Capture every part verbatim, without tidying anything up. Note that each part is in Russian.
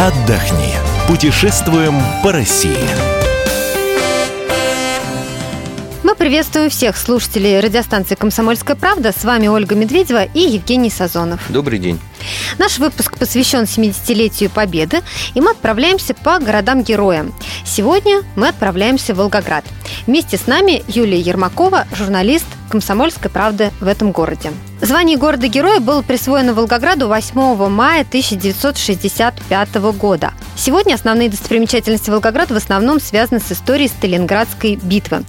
отдохни. Путешествуем по России. Мы приветствуем всех слушателей радиостанции «Комсомольская правда». С вами Ольга Медведева и Евгений Сазонов. Добрый день. Наш выпуск посвящен семидесятилетию Победы, и мы отправляемся по городам-героям. Сегодня мы отправляемся в Волгоград. Вместе с нами Юлия Ермакова, журналист «Комсомольской правды» в этом городе. Звание города-героя было присвоено Волгограду восьмого мая тысяча девятьсот шестьдесят пятого года. Сегодня основные достопримечательности Волгограда в основном связаны с историей Сталинградской битвы.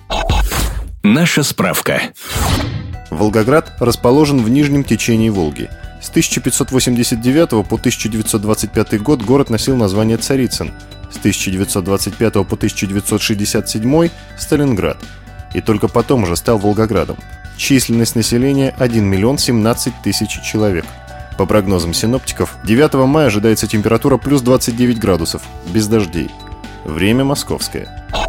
Наша справка. Волгоград расположен в нижнем течении Волги. С тысяча пятьсот восемьдесят девятого по тысяча девятьсот двадцать пятый год город носил название Царицын. С тысяча девятьсот двадцать пятого по тысяча девятьсот шестьдесят седьмой – Сталинград. И только потом уже стал Волгоградом. Численность населения – один миллион семнадцать тысяч человек. По прогнозам синоптиков, девятого мая ожидается температура плюс двадцать девять градусов, без дождей. Время московское.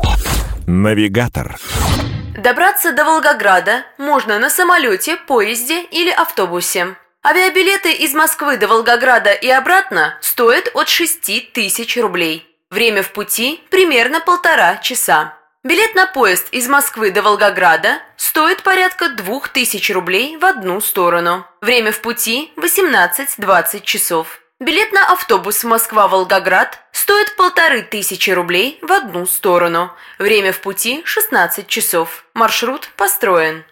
Навигатор. Добраться до Волгограда можно на самолете, поезде или автобусе. Авиабилеты из Москвы до Волгограда и обратно стоят от шести тысяч рублей. Время в пути примерно полтора часа. Билет на поезд из Москвы до Волгограда стоит порядка двух тысяч рублей в одну сторону. Время в пути восемнадцать-двадцать часов. Билет на автобус Москва-Волгоград стоит полторы тысячи рублей в одну сторону. Время в пути шестнадцать часов. Маршрут построен.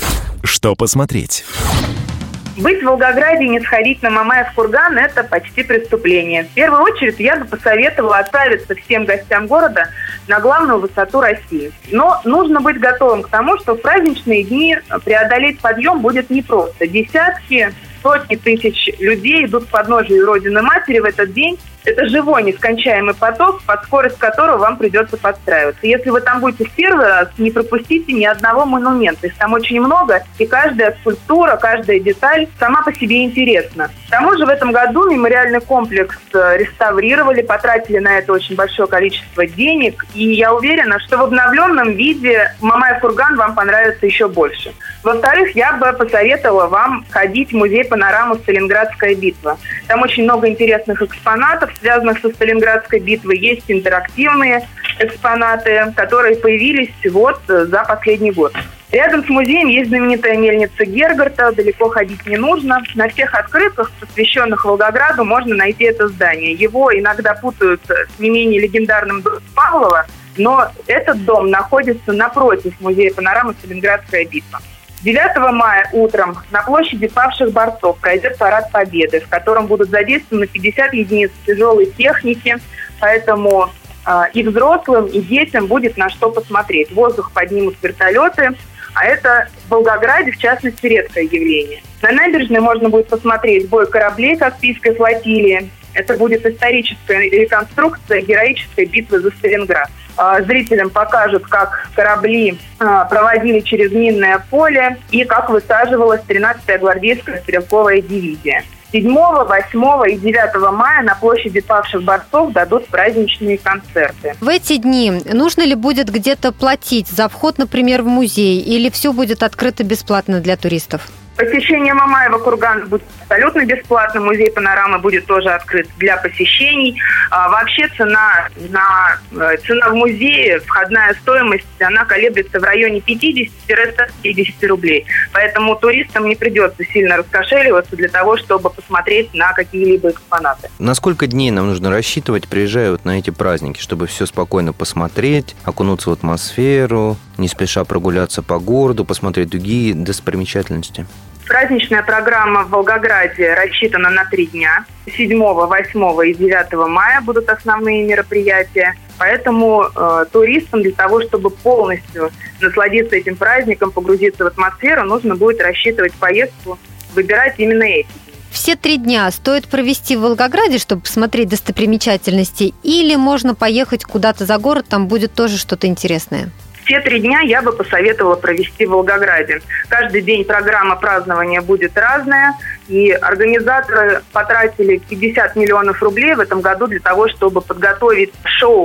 Что посмотреть? Быть в Волгограде и не сходить на Мамаев курган – это почти преступление. В первую очередь я бы посоветовала отправиться всем гостям города на главную высоту России. Но нужно быть готовым к тому, что в праздничные дни преодолеть подъем будет непросто. Десятки, сотни тысяч людей идут к подножию Родины Матери в этот день. Это живой, нескончаемый поток, под скорость которого вам придется подстраиваться. Если вы там будете в первый раз, не пропустите ни одного монумента. Их там очень много, и каждая скульптура, каждая деталь сама по себе интересна. К тому же в этом году мемориальный комплекс реставрировали, потратили на это очень большое количество денег, и я уверена, что в обновленном виде Мамаев курган вам понравится еще больше. Во-вторых, я бы посоветовала вам ходить в музей панораму «Сталинградская битва». Там очень много интересных экспонатов, связанных со Сталинградской битвой. Есть интерактивные экспонаты, которые появились вот за последний год. Рядом с музеем есть знаменитая мельница Гергарта, далеко ходить не нужно. На всех открытках, посвященных Волгограду, можно найти это здание. Его иногда путают с не менее легендарным домом Павлова, но этот дом находится напротив музея панорамы «Сталинградская битва». девятого мая утром на площади павших борцов пройдет парад Победы, в котором будут задействованы пятьдесят единиц тяжелой техники, поэтому э, и взрослым, и детям будет на что посмотреть. В воздух поднимут вертолеты, а это в Волгограде, в частности, редкое явление. На набережной можно будет посмотреть бой кораблей Каспийской флотилии. Это будет историческая реконструкция героической битвы за Сталинград. Зрителям покажут, как корабли проводили через минное поле и как высаживалась тринадцатая гвардейская стрелковая дивизия. седьмого, восьмого и девятого мая на площади павших борцов дадут праздничные концерты. В эти дни нужно ли будет где-то платить за вход, например, в музей, или все будет открыто бесплатно для туристов? Посещение Мамаева кургана будет абсолютно бесплатно. Музей панорамы будет тоже открыт для посещений. А вообще цена, на, цена в музее, входная стоимость, она колеблется в районе пятьдесят-ста пятидесяти рублей. Поэтому туристам не придется сильно раскошеливаться для того, чтобы посмотреть на какие-либо экспонаты. На сколько дней нам нужно рассчитывать, приезжая вот на эти праздники, чтобы все спокойно посмотреть, окунуться в атмосферу, не спеша прогуляться по городу, посмотреть другие достопримечательности? Праздничная программа в Волгограде рассчитана на три дня. седьмого, восьмого и девятого мая будут основные мероприятия. Поэтому э, туристам для того, чтобы полностью насладиться этим праздником, погрузиться в атмосферу, нужно будет рассчитывать поездку, выбирать именно эти дни. Все три дня стоит провести в Волгограде, чтобы посмотреть достопримечательности, или можно поехать куда-то за город, там будет тоже что-то интересное? Все три дня я бы посоветовала провести в Волгограде. Каждый день программа празднования будет разная, и организаторы потратили пятьдесят миллионов рублей в этом году для того, чтобы подготовить шоу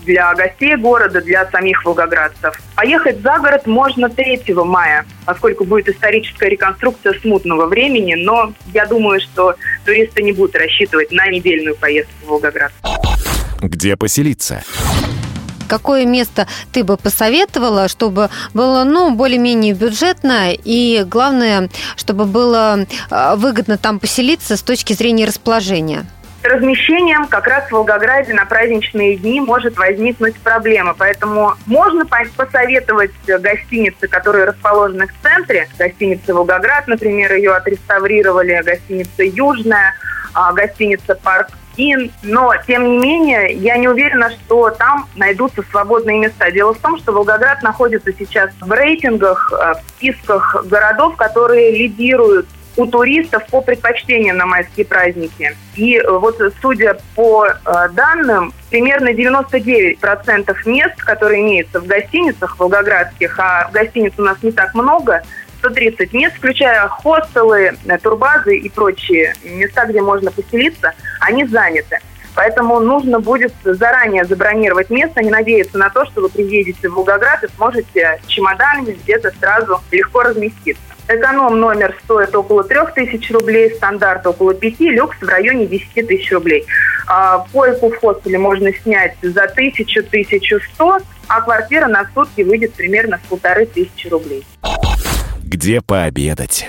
для гостей города, для самих волгоградцев. Поехать за город можно третьего мая, поскольку будет историческая реконструкция смутного времени, но я думаю, что туристы не будут рассчитывать на недельную поездку в Волгоград. Где поселиться? Какое место ты бы посоветовала, чтобы было, ну, более-менее бюджетно и, главное, чтобы было выгодно там поселиться с точки зрения расположения? С размещением как раз в Волгограде на праздничные дни может возникнуть проблема, поэтому можно посоветовать гостиницы, которые расположены в центре. Гостиница «Волгоград», например, ее отреставрировали, гостиница «Южная», гостиница «Парк». Но, тем не менее, я не уверена, что там найдутся свободные места. Дело в том, что Волгоград находится сейчас в рейтингах, в списках городов, которые лидируют у туристов по предпочтениям на майские праздники. И вот, судя по данным, примерно девяносто девять процентов мест, которые имеются в гостиницах волгоградских, а гостиниц у нас не так много, сто тридцать мест, включая хостелы, турбазы и прочие места, где можно поселиться, они заняты. Поэтому нужно будет заранее забронировать место, не надеяться на то, что вы приедете в Волгоград и сможете с чемоданами где-то сразу легко разместиться. Эконом номер стоит около трех тысяч рублей, стандарт около пяти, люкс в районе десяти тысяч рублей. Койку в хостеле можно снять за тысячу, тысячу сто, а квартира на сутки выйдет примерно в полторы тысячи рублей. Где пообедать?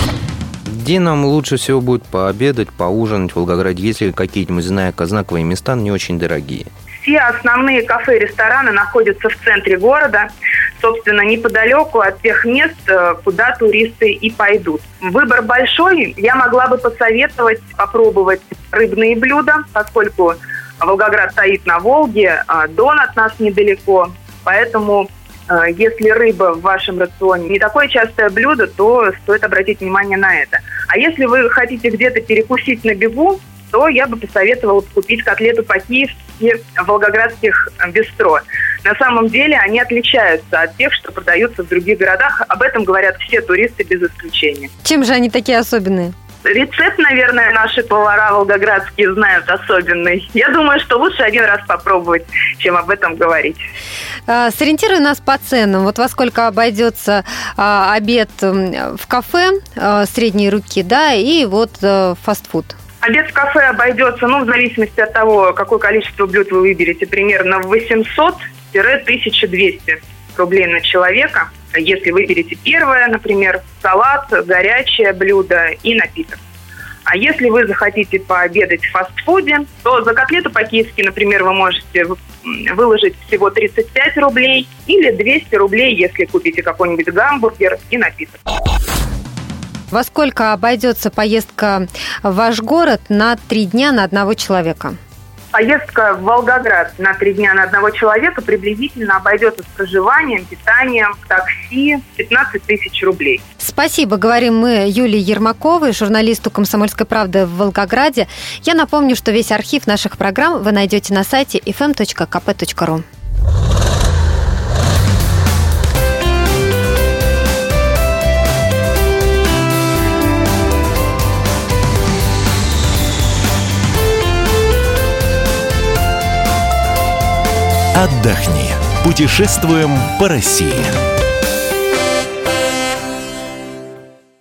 Где нам лучше всего будет пообедать, поужинать в Волгограде, если какие-нибудь знаковые места не очень дорогие? Все основные кафе и рестораны находятся в центре города, собственно, неподалеку от тех мест, куда туристы и пойдут. Выбор большой. Я могла бы посоветовать попробовать рыбные блюда, поскольку Волгоград стоит на Волге, Дон от нас недалеко, поэтому если рыба в вашем рационе не такое частое блюдо, то стоит обратить внимание на это. А если вы хотите где-то перекусить на бегу, то я бы посоветовала купить котлету по-киевски в волгоградских бистро. На самом деле они отличаются от тех, что продаются в других городах. Об этом говорят все туристы без исключения. Чем же они такие особенные? Рецепт, наверное, наши повара волгоградские знают особенный. Я думаю, что лучше один раз попробовать, чем об этом говорить. Сориентируй нас по ценам. Вот во сколько обойдется обед в кафе средней руки, да, и вот фастфуд. Обед в кафе обойдется, ну, в зависимости от того, какое количество блюд вы выберете, примерно в восемьсот - тысяча двести рублей на человека. Если выберете первое, например, салат, горячее блюдо и напиток. А если вы захотите пообедать в фастфуде, то за котлету по-киевски, например, вы можете выложить всего тридцать пять рублей или двести рублей, если купите какой-нибудь гамбургер и напиток. Во сколько обойдется поездка в ваш город на три дня на одного человека? Поездка в Волгоград на три дня на одного человека приблизительно обойдется с проживанием, питанием, такси пятнадцать тысяч рублей. Спасибо, говорим мы Юлии Ермаковой, журналисту «Комсомольской правды» в Волгограде. Я напомню, что весь архив наших программ вы найдете на сайте эф эм точка ка пэ точка ру. Отдохни. Путешествуем по России.